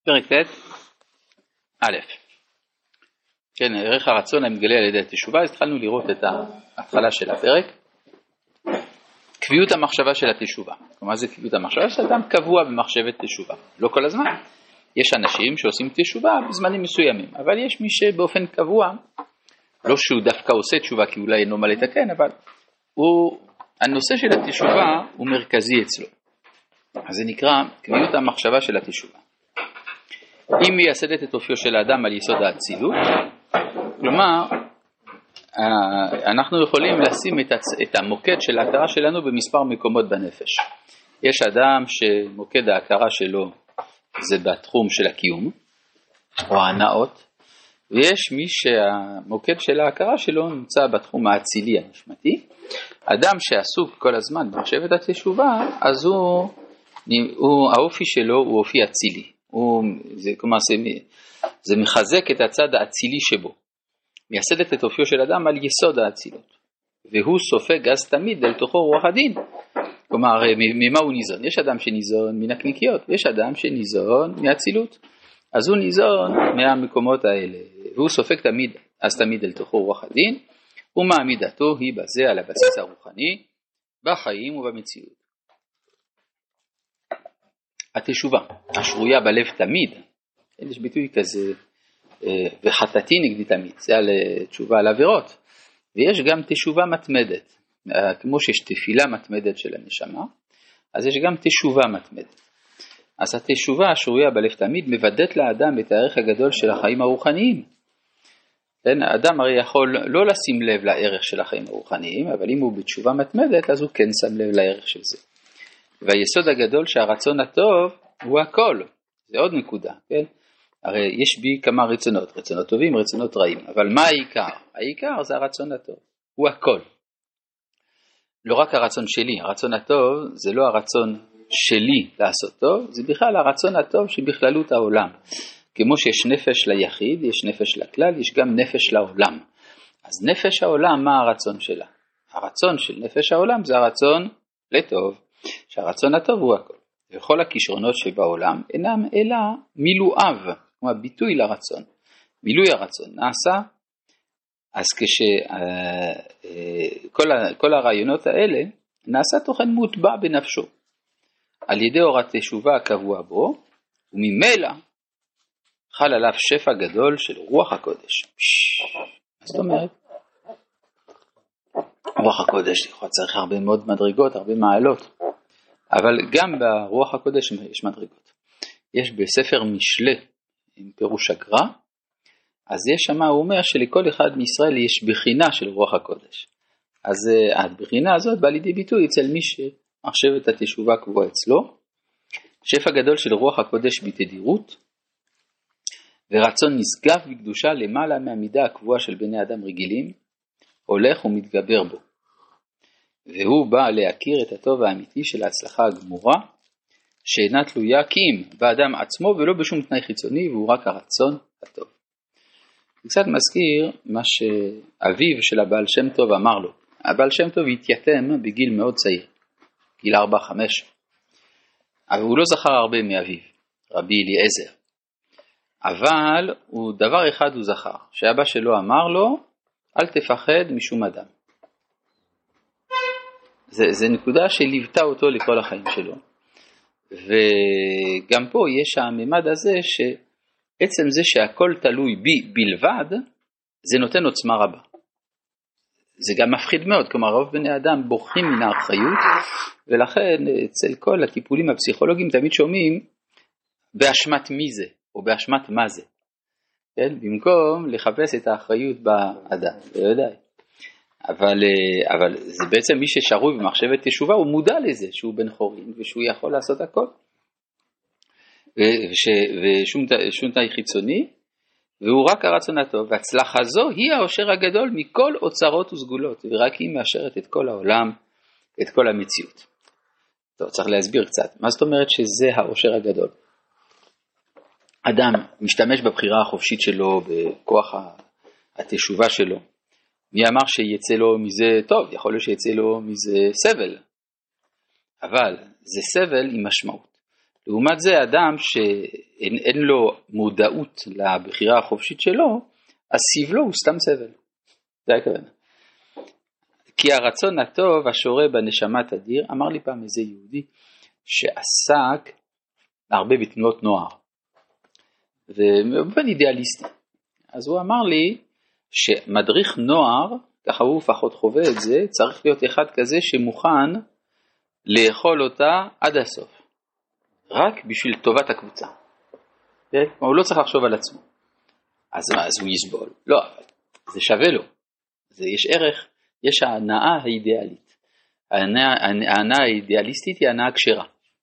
פרק ט' א', כן, ערך הרצון המתגלה על ידי התשובה. אז התחלנו לראות את ההתחלה של הפרק, קביעות המחשבה של התשובה. כלומר, זה קביעות המחשבה שאדם קבוע במחשבת תשובה, לא כל הזמן. יש אנשים שעושים תשובה בזמנים מסוימים, אבל יש מי שבאופן קבוע, לא שהוא דווקא עושה תשובה כי אולי אינו מה לתקן, אבל הנושא של התשובה הוא מרכזי אצלו. אז זה נקרא קביעות המחשבה של התשובה. היא מייסדת את אופיו של האדם על יסוד האצילות, כלומר, אנחנו יכולים לשים את המוקד של ההכרה שלנו במספר מקומות בנפש. יש אדם שמוקד ההכרה שלו זה בתחום של הקיום, או ההנאות, ויש מי שהמוקד של ההכרה שלו נמצא בתחום האצילי הנשמתי. אדם שעסוק כל הזמן במחשבת התשובה, אז האופי שלו הוא אופי אצילי. כלומר, זה מחזק את הצד האצילי שבו. מייסדת את אופיו של אדם על יסוד האצילות. והוא סופג אז תמיד אל תוכו רוח הדין. כלומר, ממה הוא ניזון? יש אדם שניזון מן הקניקיות, ויש אדם שניזון מהאצילות. אז הוא ניזון מהמקומות האלה. והוא סופג תמיד אל תוכו רוח הדין, ומעמידתו היא בזה על הבסיס הרוחני, בחיים ובמציאות. התשובה, השרויה בלב תמיד, יש ביטוי כזה, וחטאתי נגדי תמיד, זה על תשובה על עבירות, ויש גם תשובה מתמדת, כמו שיש תפילה מתמדת של הנשמה, אז יש גם תשובה מתמדת. אז התשובה השרויה בלב תמיד מבדאת לאדם את הערך הגדול של החיים הרוחניים. האדם הרי יכול לא לשים לב לערך של החיים הרוחניים, אבל אם הוא בתשובה מתמדת, אז הוא כן שם לב לערך של זה. והיסוד הגדול שהרצון הטוב הוא הכל. זה עוד נקודה, כן? הרי יש בי כמה רצונות, רצונות טובים, רצונות רעים, אבל מה העיקר? העיקר זה הרצון הטוב, הוא הכל. לא רק הרצון שלי, הרצון הטוב זה לא הרצון שלי לעשות טוב, זה בכלל הרצון הטוב שבכללות העולם. כמו שיש נפש ליחיד, יש נפש לכלל, יש גם נפש לעולם. אז נפש העולם, מה הרצון שלה? הרצון של נפש העולם זה הרצון לטוב, שהרצון הטוב הוא הכל. וכל הכישרונות שבעולם אינם אלא מילואיו, כמו הביטוי לרצון. מילוי הרצון נעשה, אז כשכל הרעיונות האלה נעשה תוכן מוטבע בנפשו, על ידי אורת תשובה הקבוע בו, וממילא חל עליו שפע גדול של רוח הקודש. מה זאת אומרת? רוח הקודש צריך הרבה מאוד מדרגות, הרבה מעלות. אבל גם ברוח הקודש יש מדרגות. יש בספר משלי, עם פירוש הגר"א, אז יש שם, הוא אומר שלכל אחד מישראל יש בחינה של רוח הקודש. אז הבחינה הזאת באה לידי ביטוי אצל מי שמחשבת התשובה קבועה אצלו, שפע גדול של רוח הקודש בתדירות, ורצון נשגב בקדושה למעלה מהמידה הקבועה של בני אדם רגילים, הולך ומתגבר בו. והוא בא להכיר את הטוב האמיתי של ההצלחה הגמורה, שאינה תלויה כי אם באדם עצמו ולא בשום תנאי חיצוני, והוא רק הרצון הטוב. זה קצת מזכיר מה שאביו של הבעל שם טוב אמר לו. הבעל שם טוב התייתם בגיל מאוד צעיר, גיל 4-5, אבל הוא לא זכר הרבה מאביו, רבי אליעזר. אבל דבר אחד הוא זכר, שאבא שלו אמר לו, אל תפחד משום אדם. זה נקודה שליוותה אותו לכל החיים שלו. וגם פה יש הממד הזה שעצם זה שהכל תלוי בי בלבד, זה נותן עוצמה רבה. זה גם מפחיד מאוד, כלומר רוב בני אדם בורחים מן האחריות, ולכן אצל כל הטיפולים הפסיכולוגיים תמיד שומעים באשמת מי זה, או באשמת מה זה. כן? במקום לחפש את האחריות באדם, לא יודע. אבל זה בעצם מי ששרוי במחשבת תשובה, הוא מודע לזה שהוא בן חורין, ושהוא יכול לעשות הכל. ושום תנאי חיצוני, והוא רק הרצון הטוב, והצלחה זו היא העושר הגדול מכל אוצרות וסגולות, ורק היא מאשרת את כל העולם, את כל המציאות. טוב, צריך להסביר קצת. מה זאת אומרת שזה העושר הגדול? אדם משתמש בבחירה החופשית שלו, בכוח התשובה שלו. מי אמר שיצא לו מזה טוב? יכול להיות שיצא לו מזה סבל. אבל זה סבל עם משמעות. לעומת זה, אדם שאין לו מודעות לבחירה החופשית שלו, הסבלו הוא סתם סבל. זה הכוונה. כי הרצון הטוב השורה בנשמה תדיר, אמר לי פעם איזה יהודי שעסק הרבה בתנועות נוער, ובאופן אידיאליסטי. אז הוא אמר לי שמדריך נוער, ככה הוא לפחות חווה את זה, צריך להיות אחד כזה שמוכן לאכול אותה עד הסוף, רק בשביל טובת הקבוצה. הוא לא צריך לחשוב על עצמו. אז הוא יסבול. לא, אבל זה שווה לו. יש ערך, יש ההנאה האידיאלית. ההנאה האידיאליסטית היא הנאה כשרה.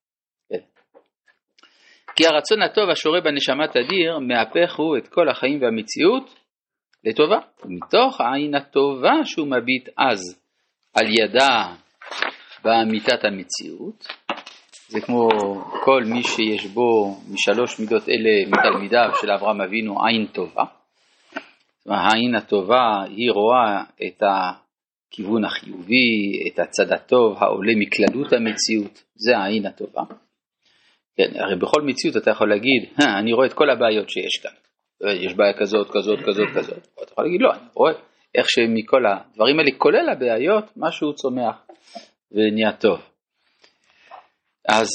כי הרצון הטוב השורה בנשמה תדיר, מהפך הוא את כל החיים והמציאות לטובה. ומתוך העין הטובה שהוא מביט אז על ידה באמיתת המציאות, זה כמו כל מי שיש בו משלוש מידות אלה מתלמידיו של אברהם אבינו עין טובה. העין הטובה היא רואה את הכיוון החיובי, את הצד הטוב העולה מכללות המציאות, זה העין הטובה. כן, הרי בכל מציאות אתה יכול להגיד, אני רואה את כל הבעיות שיש כאן. יש בעיה כזאת, כזאת, כזאת, כזאת. אתה יכול להגיד, לא, אני רואה איך שמכל הדברים האלה, כולל הבעיות, משהו צומח ונהיה טוב. אז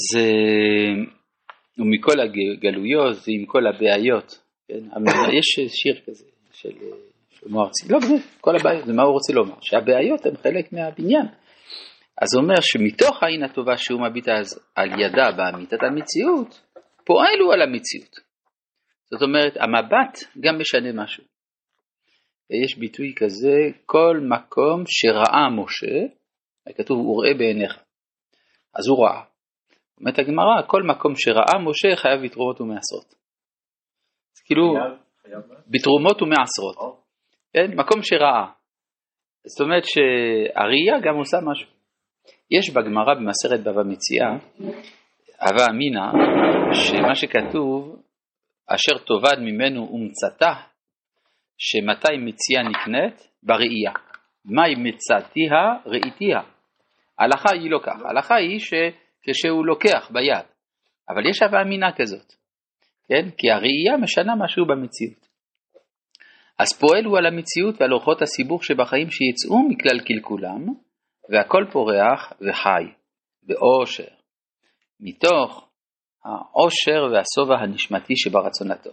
ומכל הגלויות ועם כל הבעיות, כן? יש שיר כזה של שלמה ארצי, לא באמת, כל הבעיות, זה מה הוא רוצה לומר, שהבעיות הן חלק מהבניין. אז הוא אומר שמתוך העין הטובה שהוא מביט אז על ידה באמיתת המציאות, פועל הוא על המציאות. זאת אומרת, המבט גם משנה משהו. יש ביטוי כזה, כל מקום שראה משה, כתוב, הוא ראה בעיניך. אז הוא ראה. אומרת הגמרא, כל מקום שראה משה חייב בתרומות ומעשרות. אז כאילו, בתרומות ומעשרות. כן? מקום שראה. זאת אומרת שהראייה גם עושה משהו. יש בגמרא במסכת בבא מציעא, הווה אמינא, שמה שכתוב, אשר תאבד ממנו ומצאתה, שמתי מציאה נקנית? בראייה. מהי מצאתיה? ראיתיה. ההלכה היא לא ככה. ההלכה היא שכשהוא לוקח ביד. אבל יש הווה אמינא כזאת. כן? כי הראייה משנה משהו במציאות. אז פועל הוא על המציאות ועל אורחות הסיבוך שבחיים שיצאו מכלל קלקולם, והכל פורח וחי, באושר, מתוך העושר והסובה הנשמתי שברצון הטוב.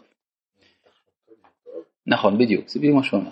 נכון, בדיוק, זה בדיוק מה שהוא אומר.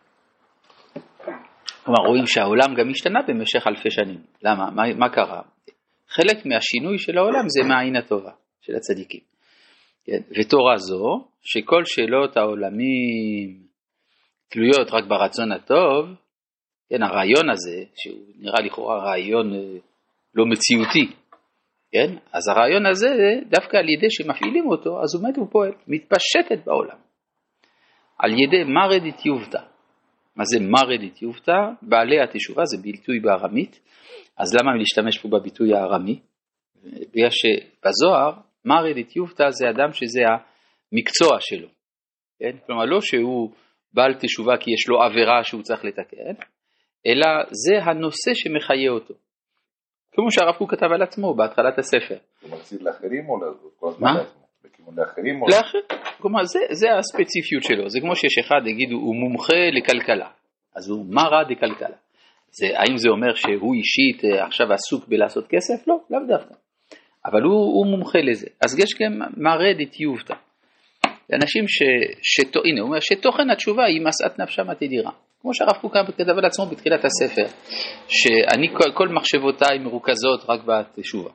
כלומר, רואים שהעולם גם השתנה במשך אלפי שנים. למה? מה קרה? חלק מהשינוי של העולם זה מהעין הטובה של הצדיקים. כן? ותורה זו, שכל שאלות העולמים תלויות רק ברצון הטוב, כן, הרעיון הזה, שהוא נראה לכאורה רעיון לא מציאותי, כן? אז הרעיון הזה, דווקא על ידי שמפעילים אותו, אז הוא עומד ופועל, מתפשטת בעולם. על ידי מרד התיובתא. מה זה מרד התיובתא? בעלי התשובה, זה ביטוי בארמית. אז למה להשתמש פה בביטוי הארמי? בגלל שבזוהר, מרד התיובתא זה אדם שזה המקצוע שלו. כן? כלומר, לא שהוא בעל תשובה כי יש לו עבירה שהוא צריך לתקן, אלא זה הנושא שמחיה אותו. כמו שהרב קוק כתב על עצמו בהתחלת הספר. הוא מציד לאחרים או כל הזמן לעצמו? בכיוון לאחרים או... לאחרים. כלומר, זה הספציפיות שלו. זה כמו שיש אחד, יגידו, הוא מומחה לכלכלה. אז הוא מרא דכלכלה. האם זה אומר שהוא אישית עכשיו עסוק בלעשות כסף? לא, לאו דווקא. אבל הוא מומחה לזה. אז יש גם מרד התיובתא. לאנשים הנה, הוא אומר שתוכן התשובה היא משאת נפשם התדירה. כמו שהרב קוק כתב על עצמו בתחילת הספר, שאני כל מחשבותיי מרוכזות רק בתשובה.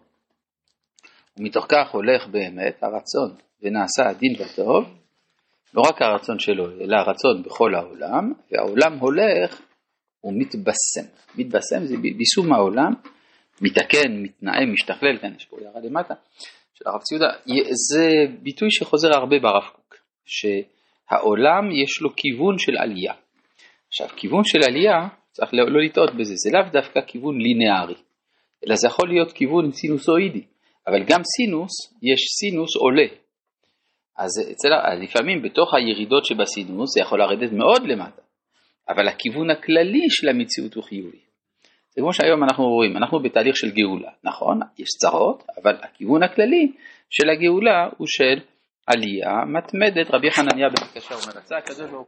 ומתוך כך הולך באמת הרצון ונעשה הדין וטוב, לא רק הרצון שלו, אלא הרצון בכל העולם, והעולם הולך ומתבשם. מתבשם זה ביסום העולם, מתקן, מתנעם, משתכלל, כאן יש פה ירד למטה, של הרב ציודה. זה ביטוי שחוזר הרבה ברב קוק, שהעולם יש לו כיוון של עלייה. עכשיו, כיוון של עלייה, צריך לא לטעות בזה, זה לאו דווקא כיוון לינארי, אלא זה יכול להיות כיוון סינוסואידי, אבל גם סינוס, יש סינוס עולה. אז לפעמים בתוך הירידות שבסינוס, זה יכול לרדת מאוד למטה, אבל הכיוון הכללי של המציאות הוא חיובי. זה כמו שהיום אנחנו רואים, אנחנו בתהליך של גאולה, נכון? יש צרות, אבל הכיוון הכללי, של הגאולה הוא של עלייה מתמדת. רבי חנניה בן עקשיא אומר, רצה הקדוש ברוך